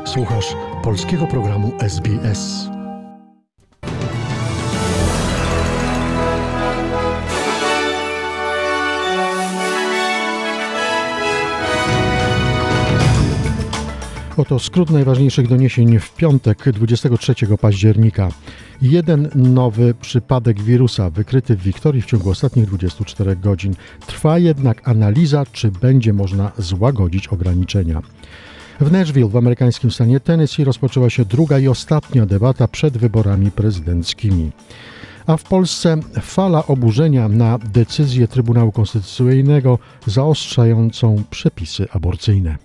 Słuchasz polskiego programu SBS. Oto skrót najważniejszych doniesień w piątek, 23 października. Jeden nowy przypadek wirusa wykryty w Wiktorii w ciągu ostatnich 24 godzin. Trwa jednak analiza, czy będzie można złagodzić ograniczenia. W Nashville w amerykańskim stanie Tennessee rozpoczęła się druga i ostatnia debata przed wyborami prezydenckimi. A w Polsce fala oburzenia na decyzję Trybunału Konstytucyjnego zaostrzającą przepisy aborcyjne.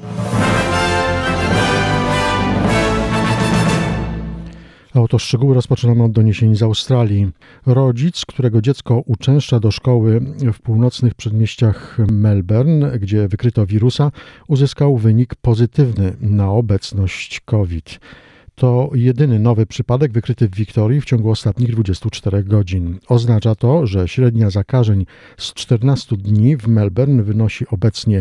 A oto szczegóły rozpoczynamy od doniesień z Australii. Rodzic, którego dziecko uczęszcza do szkoły w północnych przedmieściach Melbourne, gdzie wykryto wirusa, uzyskał wynik pozytywny na obecność COVID. To jedyny nowy przypadek wykryty w Wiktorii w ciągu ostatnich 24 godzin. Oznacza to, że średnia zakażeń z 14 dni w Melbourne wynosi obecnie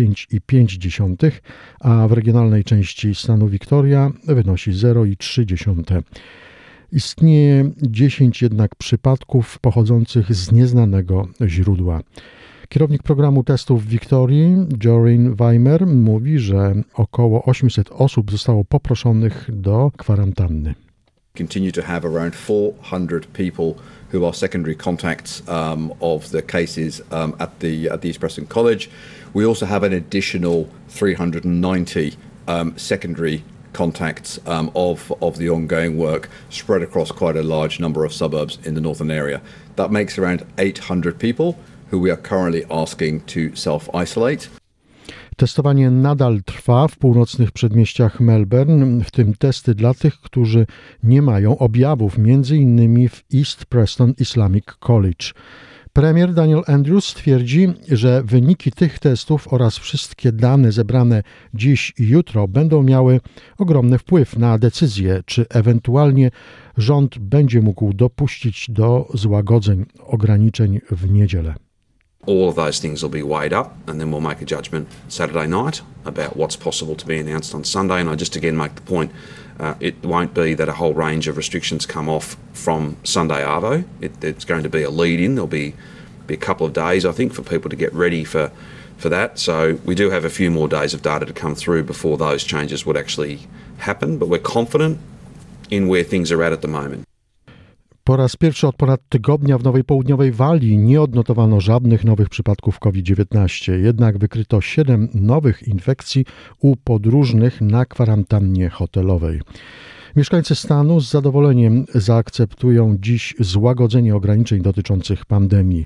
5,5, a w regionalnej części stanu Wiktoria wynosi 0,3. Istnieje 10 jednak przypadków pochodzących z nieznanego źródła. Kierownik programu testów w Wiktorii, Joryn Weimer, mówi, że około 800 osób zostało poproszonych do kwarantanny. Continue to have around 400 people who are secondary contacts of the cases at the East Preston College. We also have an additional 390 secondary contacts of the ongoing work spread across quite a large number of suburbs in the northern area. That makes around 800 people who we are currently asking to self-isolate. Testowanie nadal trwa w północnych przedmieściach Melbourne, w tym testy dla tych, którzy nie mają objawów, m.in. w East Preston Islamic College. Premier Daniel Andrews twierdzi, że wyniki tych testów oraz wszystkie dane zebrane dziś i jutro będą miały ogromny wpływ na decyzję, czy ewentualnie rząd będzie mógł dopuścić do złagodzeń ograniczeń w niedzielę. All of those things will be weighed up and then we'll make a judgment Saturday night about what's possible to be announced on Sunday. And I just again make the point, it won't be that a whole range of restrictions come off from Sunday Arvo. It's going to be a lead-in. There'll be a couple of days, I think, for people to get ready for that. So we do have a few more days of data to come through before those changes would actually happen. But we're confident in where things are at the moment. Po raz pierwszy od ponad tygodnia w Nowej Południowej Walii nie odnotowano żadnych nowych przypadków COVID-19, jednak wykryto 7 nowych infekcji u podróżnych na kwarantannie hotelowej. Mieszkańcy stanu z zadowoleniem zaakceptują dziś złagodzenie ograniczeń dotyczących pandemii.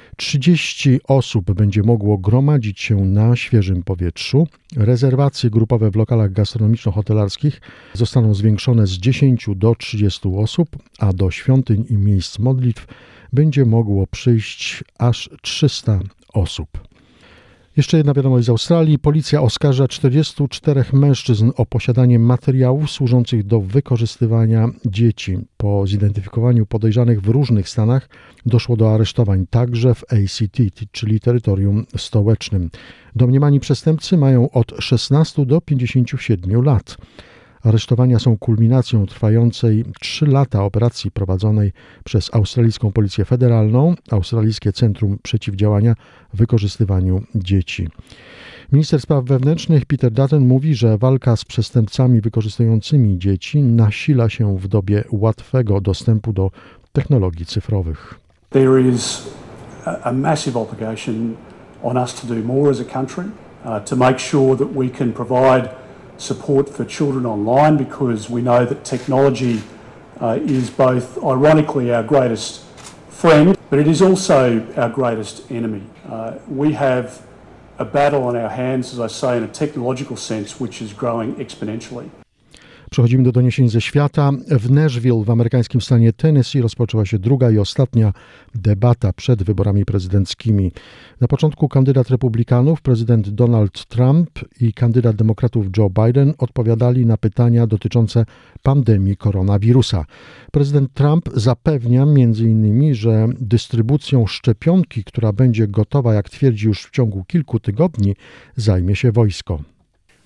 30 osób będzie mogło gromadzić się na świeżym powietrzu. Rezerwacje grupowe w lokalach gastronomiczno-hotelarskich zostaną zwiększone z 10 do 30 osób, a do świątyń i miejsc modlitw będzie mogło przyjść aż 300 osób. Jeszcze jedna wiadomość z Australii. Policja oskarża 44 mężczyzn o posiadanie materiałów służących do wykorzystywania dzieci. Po zidentyfikowaniu podejrzanych w różnych stanach doszło do aresztowań także w ACT, czyli terytorium stołecznym. Domniemani przestępcy mają od 16 do 57 lat. Aresztowania są kulminacją trwającej 3 lata operacji prowadzonej przez australijską Policję Federalną, Australijskie Centrum Przeciwdziałania Wykorzystywaniu Dzieci. Minister Spraw Wewnętrznych Peter Dutton mówi, że walka z przestępcami wykorzystującymi dzieci nasila się w dobie łatwego dostępu do technologii cyfrowych. There is a massive obligation on us to do more as a country to make sure that we can provide support for children online, because we know that technology is both ironically our greatest friend, but it is also our greatest enemy. We have a battle on our hands, as I say, in a technological sense, which is growing exponentially. Przechodzimy do doniesień ze świata. W Nashville w amerykańskim stanie Tennessee rozpoczęła się druga i ostatnia debata przed wyborami prezydenckimi. Na początku kandydat republikanów, prezydent Donald Trump, i kandydat demokratów Joe Biden odpowiadali na pytania dotyczące pandemii koronawirusa. Prezydent Trump zapewnia m.in., że dystrybucją szczepionki, która będzie gotowa, jak twierdzi, już w ciągu kilku tygodni, zajmie się wojsko.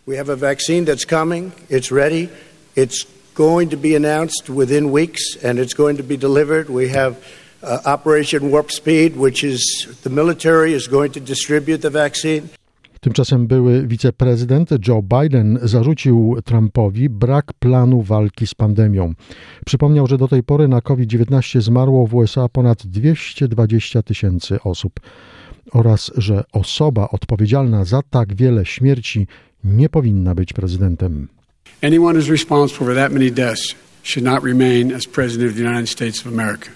We have a vaccine that's coming. It's ready. It's going to be announced within weeks and it's going to be delivered. We have Operation Warp Speed, which is the military is going to distribute the vaccine. Tymczasem były wiceprezydent Joe Biden zarzucił Trumpowi brak planu walki z pandemią. Przypomniał, że do tej pory na COVID-19 zmarło w USA ponad 220 000 osób oraz że osoba odpowiedzialna za tak wiele śmierci nie powinna być prezydentem. Anyone who's responsible for that many deaths should not remain as president of the United States of America.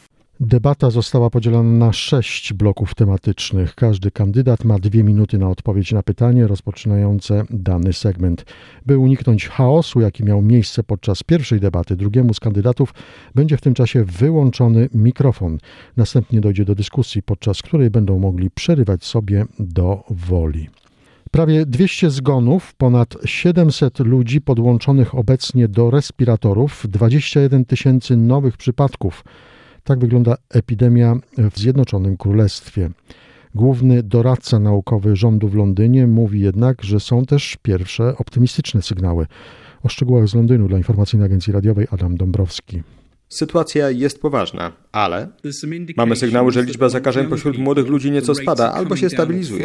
Debata została podzielona na 6 bloków tematycznych. Każdy kandydat ma 2 minuty na odpowiedź na pytanie rozpoczynające dany segment. By uniknąć chaosu, jaki miał miejsce podczas pierwszej debaty, drugiemu z kandydatów będzie w tym czasie wyłączony mikrofon. Następnie dojdzie do dyskusji, podczas której będą mogli przerywać sobie do woli. Prawie 200 zgonów, ponad 700 ludzi podłączonych obecnie do respiratorów, 21 000 nowych przypadków. Tak wygląda epidemia w Zjednoczonym Królestwie. Główny doradca naukowy rządu w Londynie mówi jednak, że są też pierwsze optymistyczne sygnały. O szczegółach z Londynu dla Informacyjnej Agencji Radiowej Adam Dąbrowski. Sytuacja jest poważna, ale mamy sygnały, że liczba zakażeń pośród młodych ludzi nieco spada albo się stabilizuje.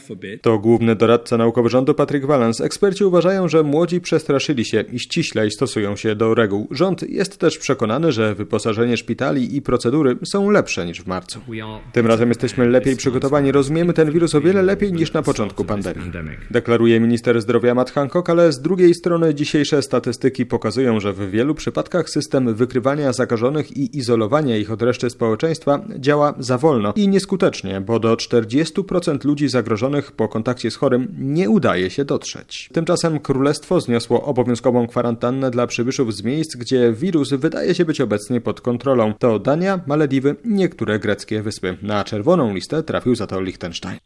To główny doradca naukowy rządu Patrick Vallance. Eksperci uważają, że młodzi przestraszyli się i ściślej stosują się do reguł. Rząd jest też przekonany, że wyposażenie szpitali i procedury są lepsze niż w marcu. Tym razem jesteśmy lepiej przygotowani, rozumiemy ten wirus o wiele lepiej niż na początku pandemii. Deklaruje minister zdrowia Matt Hancock, ale z drugiej strony dzisiejsze statystyki pokazują, że w wielu przypadkach system wykrywania zakażonych i izolowania ich od reszty społeczeństwa działa za wolno i nieskutecznie, bo do 40% ludzi zagrożonych po kontakcie z chorym nie udaje się dotrzeć. Tymczasem Królestwo zniosło obowiązkową kwarantannę dla przybyszów z miejsc, gdzie wirus wydaje się być obecnie pod kontrolą. To Dania, Malediwy, niektóre greckie wyspy. Na czerwoną listę trafił za to Liechtenstein.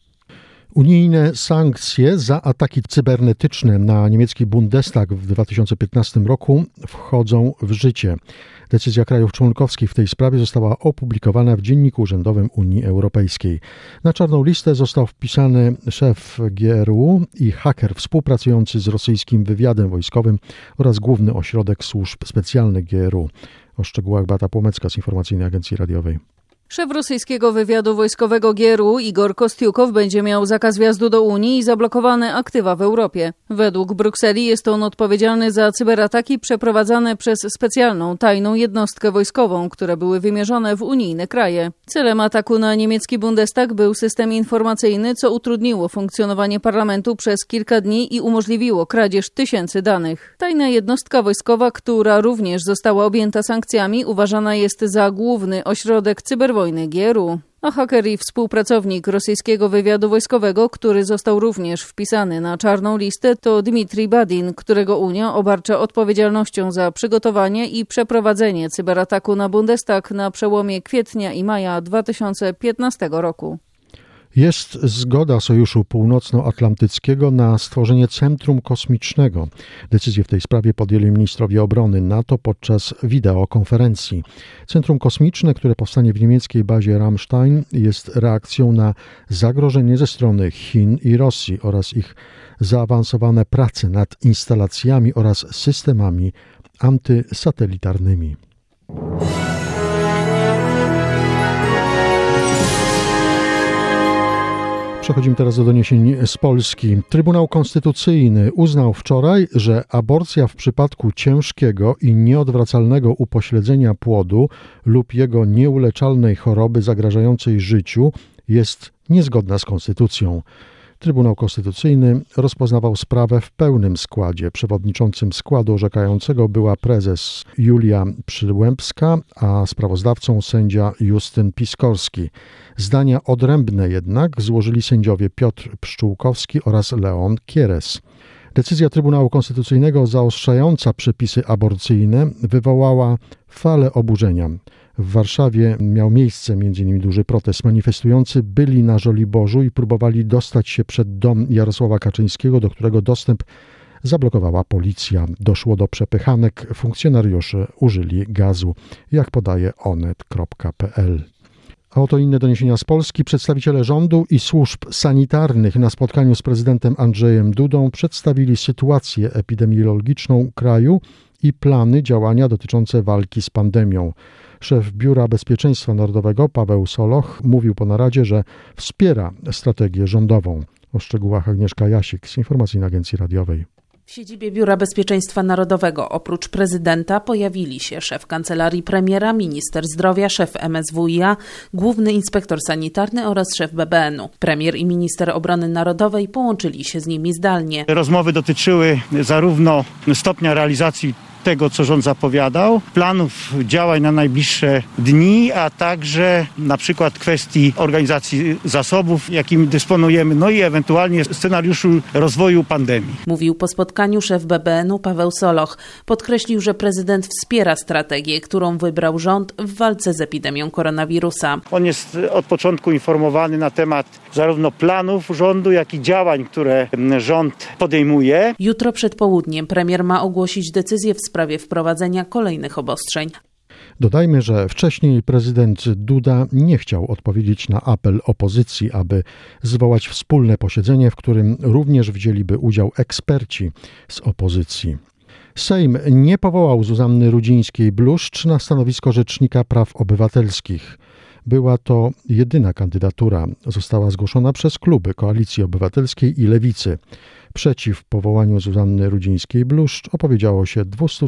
Unijne sankcje za ataki cybernetyczne na niemiecki Bundestag w 2015 roku wchodzą w życie. Decyzja krajów członkowskich w tej sprawie została opublikowana w Dzienniku Urzędowym Unii Europejskiej. Na czarną listę został wpisany szef GRU i haker współpracujący z rosyjskim wywiadem wojskowym oraz Główny Ośrodek Służb Specjalnych GRU. O szczegółach Beata Płomecka z Informacyjnej Agencji Radiowej. Szef rosyjskiego wywiadu wojskowego GRU Igor Kostiukow będzie miał zakaz wjazdu do Unii i zablokowane aktywa w Europie. Według Brukseli jest on odpowiedzialny za cyberataki przeprowadzane przez specjalną, tajną jednostkę wojskową, które były wymierzone w unijne kraje. Celem ataku na niemiecki Bundestag był system informacyjny, co utrudniło funkcjonowanie parlamentu przez kilka dni i umożliwiło kradzież tysięcy danych. Tajna jednostka wojskowa, która również została objęta sankcjami, uważana jest za główny ośrodek cyberwojny GRU. A haker i współpracownik rosyjskiego wywiadu wojskowego, który został również wpisany na czarną listę, to Dmitrij Badin, którego Unia obarcza odpowiedzialnością za przygotowanie i przeprowadzenie cyberataku na Bundestag na przełomie kwietnia i maja 2015 roku. Jest zgoda Sojuszu Północnoatlantyckiego na stworzenie Centrum Kosmicznego. Decyzję w tej sprawie podjęli ministrowie obrony NATO podczas wideokonferencji. Centrum Kosmiczne, które powstanie w niemieckiej bazie Ramstein, jest reakcją na zagrożenie ze strony Chin i Rosji oraz ich zaawansowane prace nad instalacjami oraz systemami antysatelitarnymi. Przechodzimy teraz do doniesień z Polski. Trybunał Konstytucyjny uznał wczoraj, że aborcja w przypadku ciężkiego i nieodwracalnego upośledzenia płodu lub jego nieuleczalnej choroby zagrażającej życiu jest niezgodna z konstytucją. Trybunał Konstytucyjny rozpoznawał sprawę w pełnym składzie. Przewodniczącym składu orzekającego była prezes Julia Przyłębska, a sprawozdawcą sędzia Justyn Piskorski. Zdania odrębne jednak złożyli sędziowie Piotr Pszczółkowski oraz Leon Kieres. Decyzja Trybunału Konstytucyjnego zaostrzająca przepisy aborcyjne wywołała falę oburzenia. W Warszawie miał miejsce m.in. duży protest. Manifestujący byli na Żoliborzu i próbowali dostać się przed dom Jarosława Kaczyńskiego, do którego dostęp zablokowała policja. Doszło do przepychanek, funkcjonariusze użyli gazu, jak podaje onet.pl. A oto inne doniesienia z Polski. Przedstawiciele rządu i służb sanitarnych na spotkaniu z prezydentem Andrzejem Dudą przedstawili sytuację epidemiologiczną kraju i plany działania dotyczące walki z pandemią. Szef Biura Bezpieczeństwa Narodowego Paweł Soloch mówił po naradzie, że wspiera strategię rządową. O szczegółach Agnieszka Jasik z Informacyjnej Agencji Radiowej. W siedzibie Biura Bezpieczeństwa Narodowego oprócz prezydenta pojawili się szef Kancelarii Premiera, minister zdrowia, szef MSWiA, główny inspektor sanitarny oraz szef BBN-u. Premier i minister obrony narodowej połączyli się z nimi zdalnie. Rozmowy dotyczyły zarówno stopnia realizacji tego, co rząd zapowiadał, planów działań na najbliższe dni, a także na przykład kwestii organizacji zasobów, jakimi dysponujemy, no i ewentualnie scenariuszu rozwoju pandemii. Mówił po spotkaniu szef BBN-u Paweł Soloch. Podkreślił, że prezydent wspiera strategię, którą wybrał rząd w walce z epidemią koronawirusa. On jest od początku informowany na temat zarówno planów rządu, jak i działań, które rząd podejmuje. Jutro przed południem premier ma ogłosić decyzję w sprawie wprowadzenia kolejnych obostrzeń. Dodajmy, że wcześniej prezydent Duda nie chciał odpowiedzieć na apel opozycji, aby zwołać wspólne posiedzenie, w którym również wzięliby udział eksperci z opozycji. Sejm nie powołał Zuzanny Rudzińskiej-Bluszcz na stanowisko Rzecznika Praw Obywatelskich. Była to jedyna kandydatura. Została zgłoszona przez kluby Koalicji Obywatelskiej i Lewicy. Przeciw powołaniu Zuzanny Rudzińskiej-Bluszcz opowiedziało się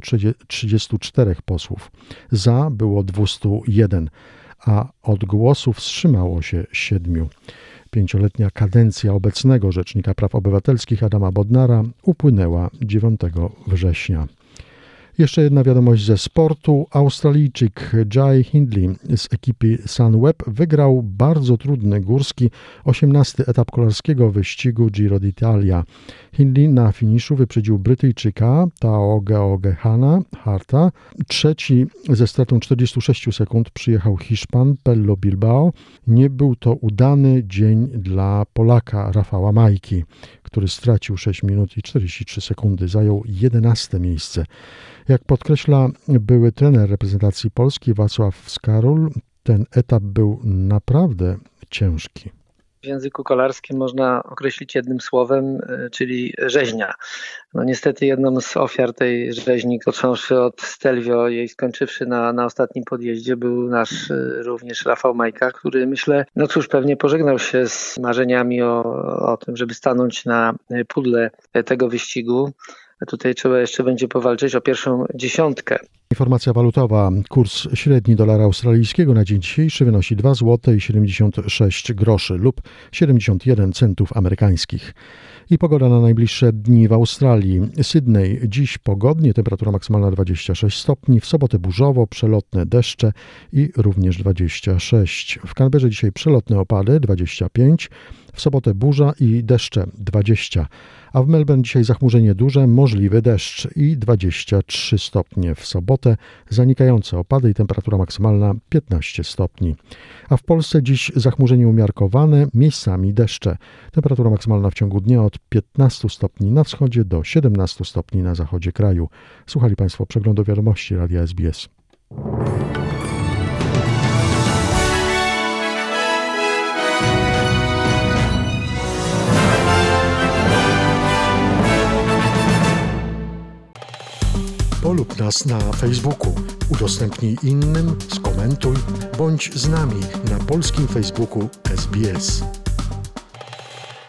234 posłów. Za było 201, a od głosu wstrzymało się 7. 5-letnia kadencja obecnego Rzecznika Praw Obywatelskich Adama Bodnara upłynęła 9 września. Jeszcze jedna wiadomość ze sportu. Australijczyk Jai Hindley z ekipy Sunweb wygrał bardzo trudny górski 18. etap kolarskiego wyścigu Giro d'Italia. Hindley na finiszu wyprzedził Brytyjczyka Tao Geogheghana Harta. Trzeci ze stratą 46 sekund przyjechał Hiszpan Pello Bilbao. Nie był to udany dzień dla Polaka Rafała Majki, który stracił 6 minut i 43 sekundy. Zajął 11. miejsce. Jak podkreśla były trener reprezentacji Polski Wacław Skarul, ten etap był naprawdę ciężki. W języku kolarskim można określić jednym słowem, czyli rzeźnia. No niestety jedną z ofiar tej rzeźni, począwszy od Stelvio i skończywszy na ostatnim podjeździe, był nasz również Rafał Majka, który myślę, no cóż, pewnie pożegnał się z marzeniami o tym, żeby stanąć na pudle tego wyścigu. Tutaj trzeba jeszcze będzie powalczyć o pierwszą dziesiątkę. Informacja walutowa. Kurs średni dolara australijskiego na dzień dzisiejszy wynosi 2 zł i 76 groszy lub 71 centów amerykańskich. I pogoda na najbliższe dni w Australii. Sydney dziś pogodnie, temperatura maksymalna 26 stopni, w sobotę burzowo, przelotne deszcze i również 26. W Canberrze dzisiaj przelotne opady 25, w sobotę burza i deszcze 20, a w Melbourne dzisiaj zachmurzenie duże, możliwy deszcz i 23 stopnie. W sobotę zanikające opady i temperatura maksymalna 15 stopni. A w Polsce dziś zachmurzenie umiarkowane, miejscami deszcze. Temperatura maksymalna w ciągu dnia od 15 stopni na wschodzie do 17 stopni na zachodzie kraju. Słuchali Państwo przeglądu wiadomości Radia SBS. Polub nas na Facebooku, udostępnij innym, skomentuj, bądź z nami na polskim Facebooku SBS.